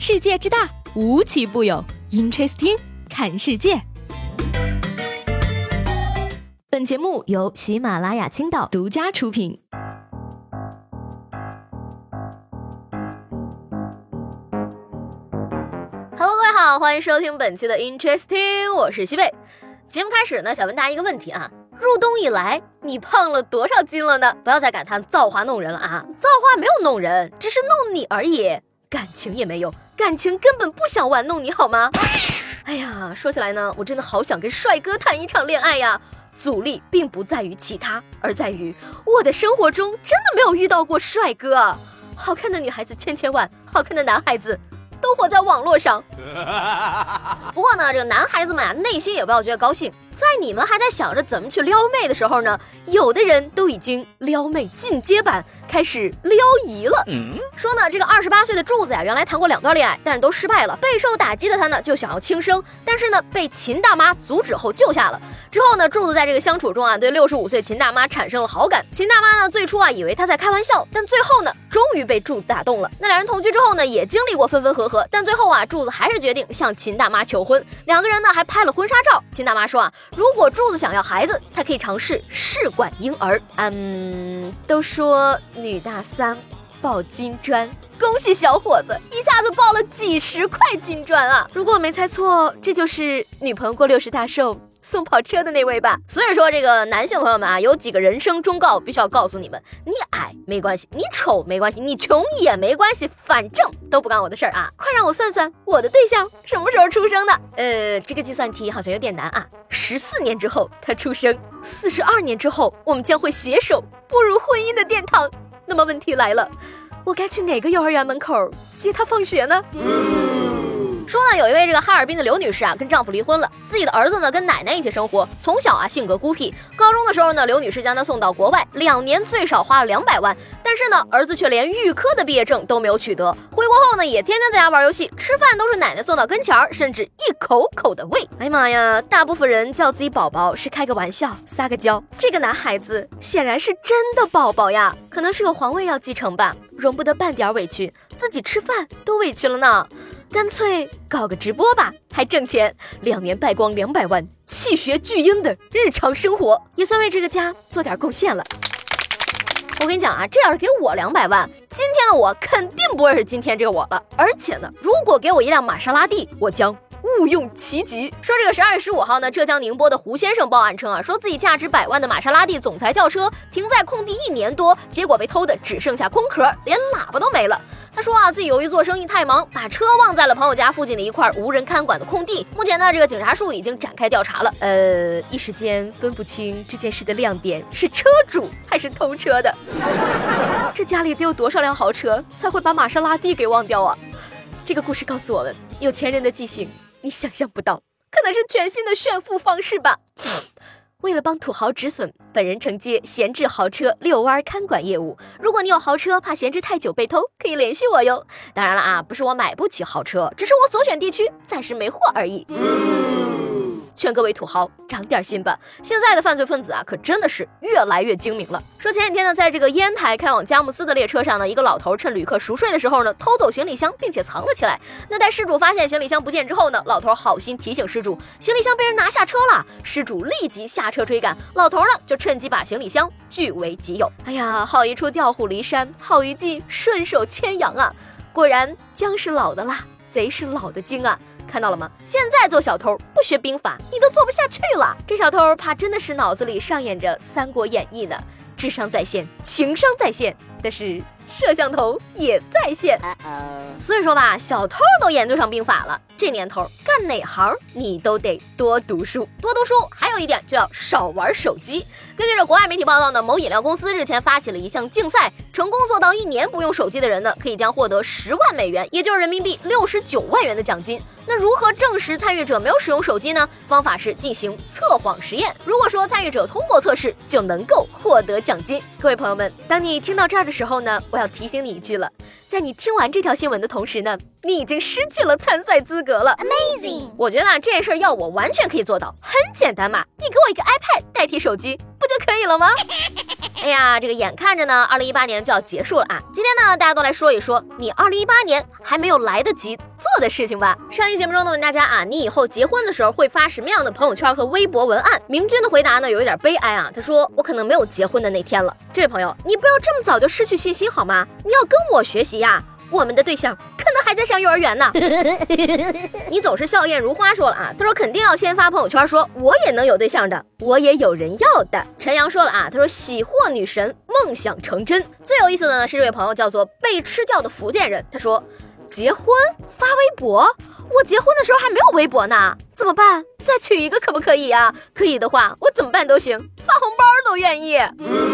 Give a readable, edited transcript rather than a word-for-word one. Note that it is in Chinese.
世界之大，无奇不有。Interesting， 看世界。本节目由喜马拉雅青岛独家出品。 Hello， 各位好，欢迎收听本期的 Interesting， 我是西贝。节目开始呢，想问大家一个问题啊，入冬以来你胖了多少斤了呢？不要再感叹造化弄人了啊，造化没有弄人，只是弄你而已，感情也没有，感情根本不想玩弄你好吗？哎呀，说起来呢，我真的好想跟帅哥谈一场恋爱呀。阻力并不在于其他，而在于我的生活中真的没有遇到过帅哥。好看的女孩子千千万，好看的男孩子都活在网络上。不过呢，这个男孩子们啊，内心也不要觉得高兴，在你们还在想着怎么去撩妹的时候呢，有的人都已经撩妹进阶版，开始撩姨了。说呢，这个28岁的柱子呀，原来谈过2段恋爱，但是都失败了。备受打击的他呢，就想要轻生，但是呢，被秦大妈阻止后救下了。之后呢，柱子在这个相处中啊，对65岁秦大妈产生了好感。秦大妈呢，最初啊，以为他在开玩笑，但最后呢，终于被柱子打动了。那2人同居之后呢，也经历过分分合合，但最后啊，柱子还是决定向秦大妈求婚。2个人呢，还拍了婚纱照。秦大妈说啊，如果柱子想要孩子，他可以尝试试管婴儿。都说女大3抱金砖，恭喜小伙子，一下子抱了几10块金砖啊！如果我没猜错，这就是女朋友过60大寿送跑车的那位吧。所以说这个男性朋友们啊，有几个人生忠告必须要告诉你们：你矮没关系，你丑没关系，你穷也没关系，反正都不干我的事儿啊！快让我算算我的对象什么时候出生的？这个计算题好像有点难啊。14年之后他出生，42年之后我们将会携手步入婚姻的殿堂。那么问题来了，我该去哪个幼儿园门口接他放学呢？说呢，有一位这个哈尔滨的刘女士啊，跟丈夫离婚了，自己的儿子呢跟奶奶一起生活，从小啊性格孤僻。高中的时候呢，刘女士将他送到国外，2年最少花了200万，但是呢，儿子却连预科的毕业证都没有取得。回国后呢，也天天在家玩游戏，吃饭都是奶奶送到跟前儿，甚至一口口的喂。哎呀妈呀，大部分人叫自己宝宝是开个玩笑，撒个娇，这个男孩子显然是真的宝宝呀，可能是有皇位要继承吧，容不得半点委屈，自己吃饭都委屈了呢。干脆搞个直播吧，还挣钱，2年败光200万，气血巨婴的日常生活，也算为这个家做点贡献了。我跟你讲啊，这要是给我200万，今天的我肯定不会是今天这个我了。而且呢，如果给我一辆玛莎拉蒂，我将误用其极。说这个12月15号呢，浙江宁波的胡先生报案称啊，说自己价值100万的玛莎拉蒂总裁轿车停在空地1年多，结果被偷的只剩下空壳，连喇叭都没了。他说啊，自己由于做生意太忙，把车忘在了朋友家附近的一块无人看管的空地。目前呢，这个警察署已经展开调查了。一时间分不清这件事的亮点是车主还是偷车的。这家里得有多少辆豪车才会把玛莎拉蒂给忘掉啊？这个故事告诉我们，有钱人的记性你想象不到，可能是全新的炫富方式吧。为了帮土豪止损，本人承接闲置豪车遛弯看管业务。如果你有豪车怕闲置太久被偷，可以联系我哟。当然了啊，不是我买不起豪车，只是我所选地区暂时没货而已。劝各位土豪长点心吧，现在的犯罪分子啊，可真的是越来越精明了。说前几天呢，在这个烟台开往佳木斯的列车上呢，一个老头趁旅客熟睡的时候呢，偷走行李箱，并且藏了起来。那待失主发现行李箱不见之后呢，老头好心提醒失主，行李箱被人拿下车了。失主立即下车追赶，老头呢就趁机把行李箱据为己有。哎呀，好一出调虎离山，好一计顺手牵羊啊！果然姜是老的辣，贼是老的精啊！看到了吗？现在做小偷不学兵法，你都做不下去了。这小偷怕真的是脑子里上演着《三国演义》呢，智商在线，情商在线，但是摄像头也在线。所以说吧，小偷都研究上兵法了，这年头干哪行你都得多读书。多读书还有一点就要少玩手机。根据这国外媒体报道呢，某饮料公司日前发起了一项竞赛，成功做到1年不用手机的人呢，可以将获得10万美元，也就是人民币69万元的奖金。那如何证实参与者没有使用手机呢？方法是进行测谎实验。如果说参与者通过测试，就能够获得奖金。各位朋友们，当你听到这儿的时候呢，我要提醒你一句了，在你听完这条新闻的同时呢，你已经失去了参赛资格了。Amazing！ 我觉得这件事要我完全可以做到，很简单嘛，你给我一个 iPad 代替手机，不就就可以了吗？哎呀，这个眼看着呢2018年就要结束了啊，今天呢大家都来说一说你2018年还没有来得及做的事情吧。上一节目中呢问大家啊，你以后结婚的时候会发什么样的朋友圈和微博文案？明君的回答呢有一点悲哀啊，他说我可能没有结婚的那天了。这位朋友，你不要这么早就失去信心好吗？你要跟我学习呀。我们的对象可能还在上幼儿园呢。你总是笑靥如花说了啊，他说肯定要先发朋友圈说我也能有对象的，我也有人要的。陈阳说了啊，他说喜获女神，梦想成真。最有意思的呢是这位朋友叫做被吃掉的福建人，他说结婚发微博，我结婚的时候还没有微博呢，怎么办？再娶一个可不可以啊？可以的话我怎么办都行，发红包都愿意。